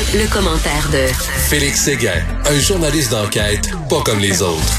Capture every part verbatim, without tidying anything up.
Le commentaire de Félix Séguin, un journaliste d'enquête pas comme les autres.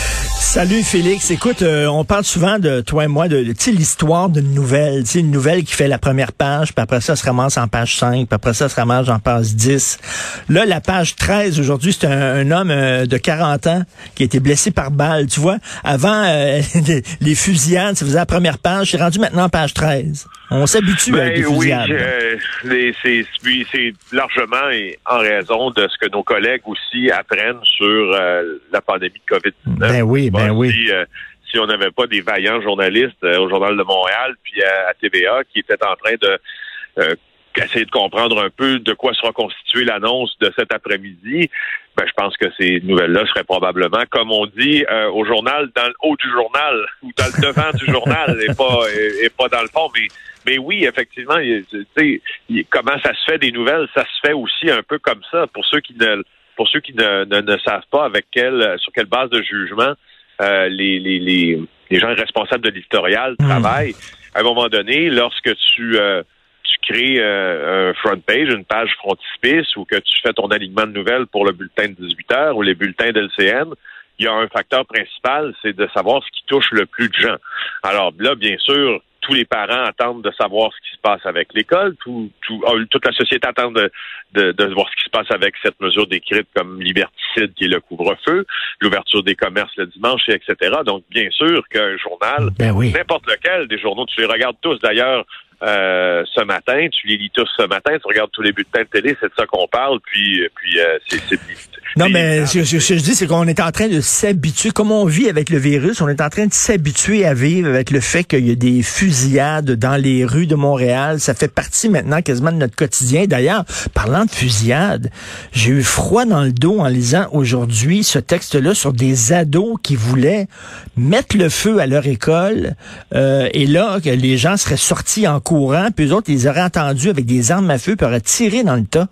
Salut Félix, écoute, euh, on parle souvent de toi et moi de, de tu sais, l'histoire d'une nouvelle, tu sais, une nouvelle qui fait la première page, puis après ça, elle se ramasse en page cinq, puis après ça, elle se ramasse en page dix. Là, la page treize, aujourd'hui, c'est un, un homme euh, de quarante ans qui a été blessé par balle, tu vois. Avant, euh, les, les fusillades, ça faisait la première page, c'est rendu maintenant en page treize. On s'habitue ben, avec les fusillades. Oui, euh, les, c'est, c'est largement en raison de ce que nos collègues aussi apprennent sur euh, la pandémie de covid dix-neuf. Ben oui, ben oui. Si, euh, si on n'avait pas des vaillants journalistes euh, au Journal de Montréal puis à, à T V A qui étaient en train de euh, essayer de comprendre un peu de quoi sera constituée l'annonce de cet après-midi, ben je pense que ces nouvelles-là seraient probablement, comme on dit euh, au journal, dans le haut du journal ou dans le devant du journal et pas et, et pas dans le fond. Mais mais oui, effectivement, tu sais, comment ça se fait des nouvelles, ça se fait aussi un peu comme ça. Pour ceux qui ne pour ceux qui ne, ne, ne savent pas avec quelle sur quelle base de jugement euh, les, les les les gens responsables de l'éditorial travaillent. Mmh. À un moment donné, lorsque tu euh, tu crées euh, un front page, une page frontispice, ou que tu fais ton alignement de nouvelles pour le bulletin de dix-huit heures ou les bulletins de l'L C N, il y a un facteur principal, c'est de savoir ce qui touche le plus de gens. Alors là, bien sûr, tous les parents attendent de savoir ce qui se passe avec l'école, tout, tout, toute la société attend de, de, de voir ce qui se passe avec cette mesure décrite comme liberticide qui est le couvre-feu, l'ouverture des commerces le dimanche, et etc. Donc, bien sûr qu'un journal, ben oui. n'importe lequel des journaux, tu les regardes tous d'ailleurs euh, ce matin, tu les lis tous ce matin, tu regardes tous les bulletins de télé, c'est de ça qu'on parle, puis, puis euh, c'est... c'est Non, mais ce que je, je, je dis, c'est qu'on est en train de s'habituer, comme on vit avec le virus, on est en train de s'habituer à vivre avec le fait qu'il y a des fusillades dans les rues de Montréal. Ça fait partie maintenant quasiment de notre quotidien. D'ailleurs, parlant de fusillades, j'ai eu froid dans le dos en lisant aujourd'hui ce texte-là sur des ados qui voulaient mettre le feu à leur école, euh, et là, que les gens seraient sortis en courant, puis eux autres, ils auraient attendu avec des armes à feu, puis auraient tiré dans le tas.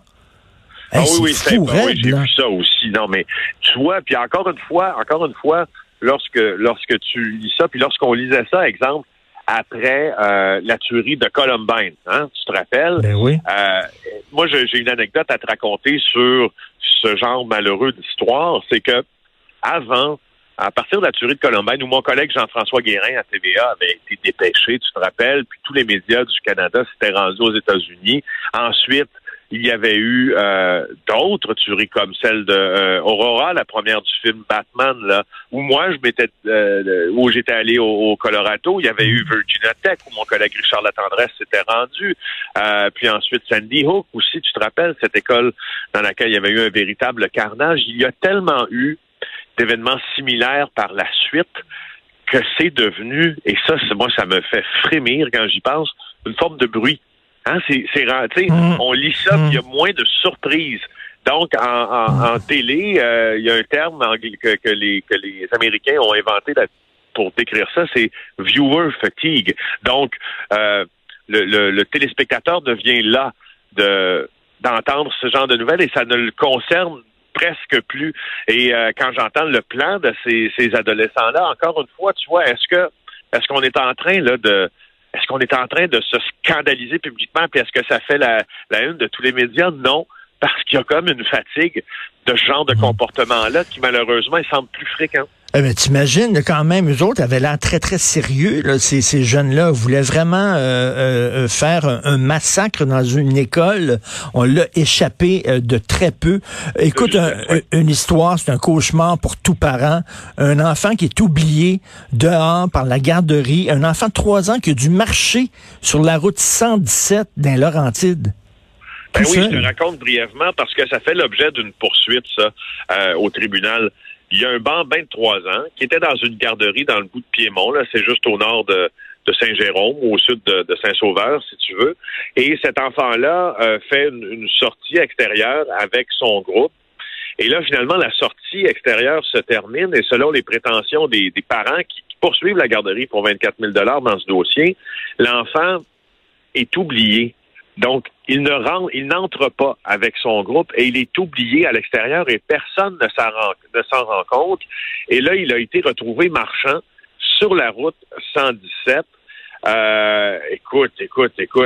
Ah hey, oui, oui, c'est fou, bon, raide, oui, j'ai là. vu ça aussi. Non, mais tu vois, puis encore une fois, encore une fois, lorsque lorsque tu lis ça, puis lorsqu'on lisait ça, exemple, après euh, la tuerie de Columbine, hein, tu te rappelles? Ben oui. Euh, moi, j'ai, j'ai une anecdote à te raconter sur ce genre malheureux d'histoire. C'est que avant, à partir de la tuerie de Columbine, où mon collègue Jean-François Guérin à T V A avait été dépêché, tu te rappelles, puis tous les médias du Canada s'étaient rendus aux États-Unis. Ensuite, il y avait eu euh, d'autres tueries comme celle de euh, Aurora, la première du film Batman, là, où moi je m'étais euh, où j'étais allé au, au Colorado. Il y avait eu Virginia Tech, où mon collègue Richard Latendresse s'était rendu. Euh, puis ensuite Sandy Hook aussi, tu te rappelles, cette école dans laquelle il y avait eu un véritable carnage. Il y a tellement eu d'événements similaires par la suite que c'est devenu, et ça, c'est, moi, ça me fait frémir quand j'y pense, une forme de bruit. Hein, c'est, c'est, tu sais, mmh. on lit ça, puis il y a moins de surprises. Donc, en, en, en télé, euh, il y a un terme anglais que, que, les, que les Américains ont inventé là, pour décrire ça, c'est « viewer fatigue ». Donc, euh, le, le, le téléspectateur devient là de, d'entendre ce genre de nouvelles et ça ne le concerne presque plus. Et euh, quand j'entends le plan de ces, ces adolescents-là, encore une fois, tu vois, est-ce que est-ce qu'on est en train là de Est-ce qu'on est en train de se scandaliser publiquement, puis est-ce que ça fait la, la une de tous les médias? Non, parce qu'il y a comme une fatigue de ce genre de comportement-là qui, malheureusement, il semble plus fréquent. Eh ben, t'imagines, quand même, eux autres avaient l'air très, très sérieux, là, ces, ces jeunes-là voulaient vraiment euh, euh, faire un, un massacre dans une école. On l'a échappé euh, de très peu. Écoute, un, ouais. une histoire, c'est un cauchemar pour tout parent. Un enfant qui est oublié dehors par la garderie. Un enfant de trois ans qui a dû marcher sur la route cent dix-sept dans Laurentides. Ben oui, je te raconte brièvement parce que ça fait l'objet d'une poursuite, ça, euh, au tribunal. Il y a un bambin de trois ans qui était dans une garderie dans le bout de Piémont, là, c'est juste au nord de, de Saint-Jérôme, au sud de, de Saint-Sauveur, si tu veux. Et cet enfant-là euh, fait une, une sortie extérieure avec son groupe. Et là, finalement, la sortie extérieure se termine et selon les prétentions des, des parents qui, qui poursuivent la garderie pour vingt-quatre mille dollars dans ce dossier, l'enfant est oublié. Donc, il ne rentre, il n'entre pas avec son groupe et il est oublié à l'extérieur et personne ne s'en rend, ne s'en rend compte. Et là, il a été retrouvé marchant sur la route cent dix-sept. Euh, écoute, écoute, écoute.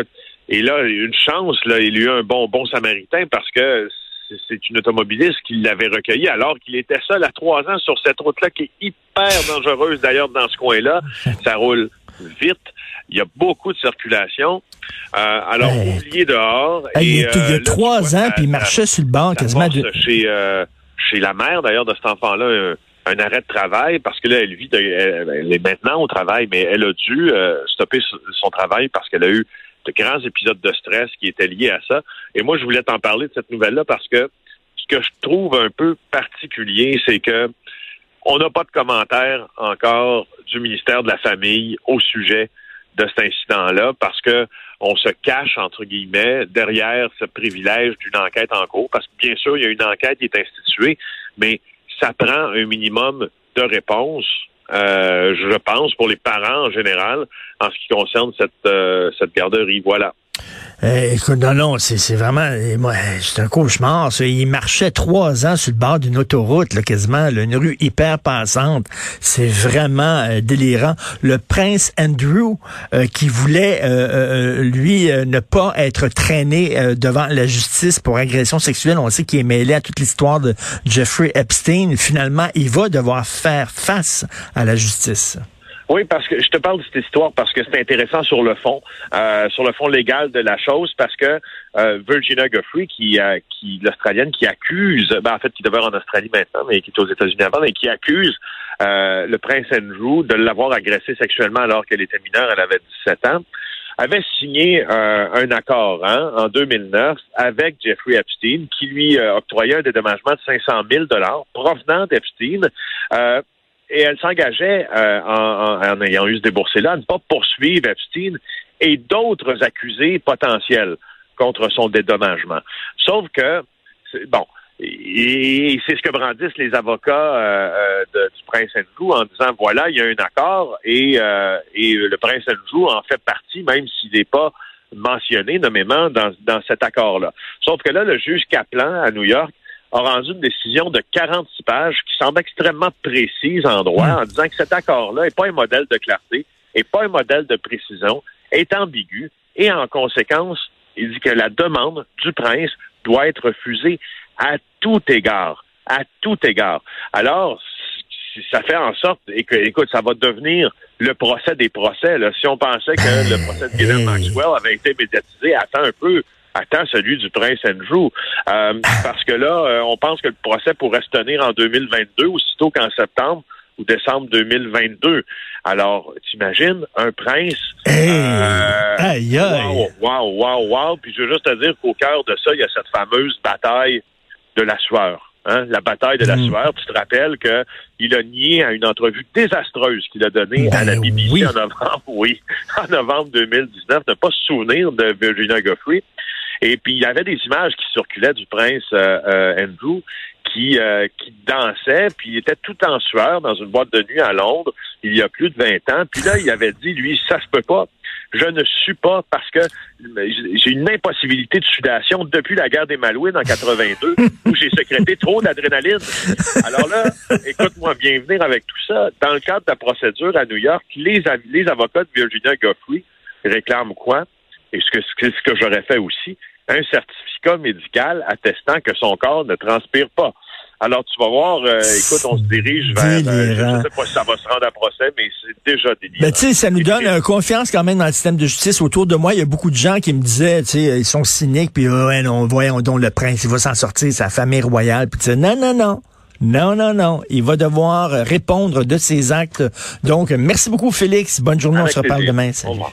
Et là, une chance, là, il y a eu un bon bon samaritain parce que c'est une automobiliste qui l'avait recueilli alors qu'il était seul à trois ans sur cette route-là qui est hyper dangereuse d'ailleurs dans ce coin-là. Ça roule vite. Il y a beaucoup de circulation. Euh, alors, hey. oublié dehors. Hey, et, il y a, il y a euh, trois ans, puis il marchait sur le bord quasiment. De... Chez, euh, chez la mère, d'ailleurs, de cet enfant-là, un, un arrêt de travail, parce que là, elle vit, de, elle, elle est maintenant au travail, mais elle a dû euh, stopper son travail parce qu'elle a eu de grands épisodes de stress qui étaient liés à ça. Et moi, je voulais t'en parler de cette nouvelle-là parce que ce que je trouve un peu particulier, c'est que on n'a pas de commentaire encore du ministère de la Famille au sujet de cet incident-là parce que on se cache, entre guillemets, derrière ce privilège d'une enquête en cours. Parce que, bien sûr, il y a une enquête qui est instituée, mais ça prend un minimum de réponses, euh, je pense, pour les parents en général, en ce qui concerne cette, euh, cette garderie. Voilà. Euh, écoute, non, non, c'est, c'est vraiment, moi, c'est un cauchemar, ça. Il marchait trois ans sur le bord d'une autoroute, là, quasiment, là, une rue hyper passante. C'est vraiment euh, délirant. Le prince Andrew, euh, qui voulait, euh, euh, lui, euh, ne pas être traîné euh, devant la justice pour agression sexuelle, on sait qu'il est mêlé à toute l'histoire de Jeffrey Epstein. Finalement, il va devoir faire face à la justice. Oui, parce que je te parle de cette histoire parce que c'est intéressant sur le fond, euh, sur le fond légal de la chose, parce que euh, Virginia Giuffre, qui, euh, qui l'Australienne, qui accuse, ben en fait, qui demeure en Australie maintenant, mais qui est aux États-Unis avant, mais qui accuse euh, le prince Andrew de l'avoir agressé sexuellement alors qu'elle était mineure, elle avait dix-sept ans, avait signé euh, un accord hein, en deux mille neuf avec Jeffrey Epstein, qui lui euh, octroyait un dédommagement de cinq cent mille dollars provenant d'Epstein. Euh, Et elle s'engageait, euh, en, en, en ayant eu ce déboursé-là, à ne pas poursuivre Epstein et d'autres accusés potentiels contre son dédommagement. Sauf que, bon, et, et c'est ce que brandissent les avocats euh, de, du prince Andrew en disant, voilà, il y a un accord et, euh, et le prince Andrew en fait partie, même s'il n'est pas mentionné nommément dans, dans cet accord-là. Sauf que là, le juge Kaplan à New York a rendu une décision de quarante-six pages qui semble extrêmement précise en droit en disant que cet accord-là n'est pas un modèle de clarté, n'est pas un modèle de précision, est ambigu et en conséquence, il dit que la demande du prince doit être refusée à tout égard, à tout égard. Alors, ça fait en sorte, et que, écoute, ça va devenir le procès des procès. Là. Si on pensait que le procès de Ghislaine Maxwell avait été médiatisé, attends un peu, attends celui du prince Andrew. Euh, parce que là, euh, on pense que le procès pourrait se tenir en deux mille vingt-deux, aussitôt qu'en septembre ou décembre deux mille vingt-deux. Alors, t'imagines, un prince... Hey, euh, aïe, aïe! Wow, wow, wow, wow. Puis je veux juste te dire qu'au cœur de ça, il y a cette fameuse bataille de la sueur. Hein? La bataille de la mmh. sueur. Tu te rappelles qu'il a nié à une entrevue désastreuse qu'il a donnée ben à la B B C oui. en novembre, oui, en novembre deux mille dix-neuf, de ne pas se souvenir de Virginia Giuffre. Et puis, il y avait des images qui circulaient du prince euh, euh, Andrew qui, euh, qui dansait, puis il était tout en sueur dans une boîte de nuit à Londres il y a plus de vingt ans. Puis là, il avait dit, lui, ça se peut pas. Je ne sue pas parce que j'ai une impossibilité de sudation depuis la guerre des Malouines en quatre-vingt-deux où j'ai sécrété trop d'adrénaline. Alors là, écoute-moi bien venir avec tout ça. Dans le cadre de la procédure à New York, les, les avocats de Virginia Giuffre réclament quoi? Et ce que, ce que j'aurais fait aussi, un certificat médical attestant que son corps ne transpire pas. Alors, tu vas voir, euh, écoute, on se dirige vers... Euh, je ne sais pas si ça va se rendre à procès, mais c'est déjà délirant. Ben, tu sais, ça nous donne euh, confiance quand même dans le système de justice. Autour de moi, il y a beaucoup de gens qui me disaient, tu sais, ils sont cyniques, puis oh, ouais, non, voyons donc, le prince, il va s'en sortir, sa famille royale, puis tu sais, non, non, non. Non, non, non. Il va devoir répondre de ses actes. Donc, merci beaucoup, Félix. Bonne journée. Avec on se reparle plaisir. Demain. Salut.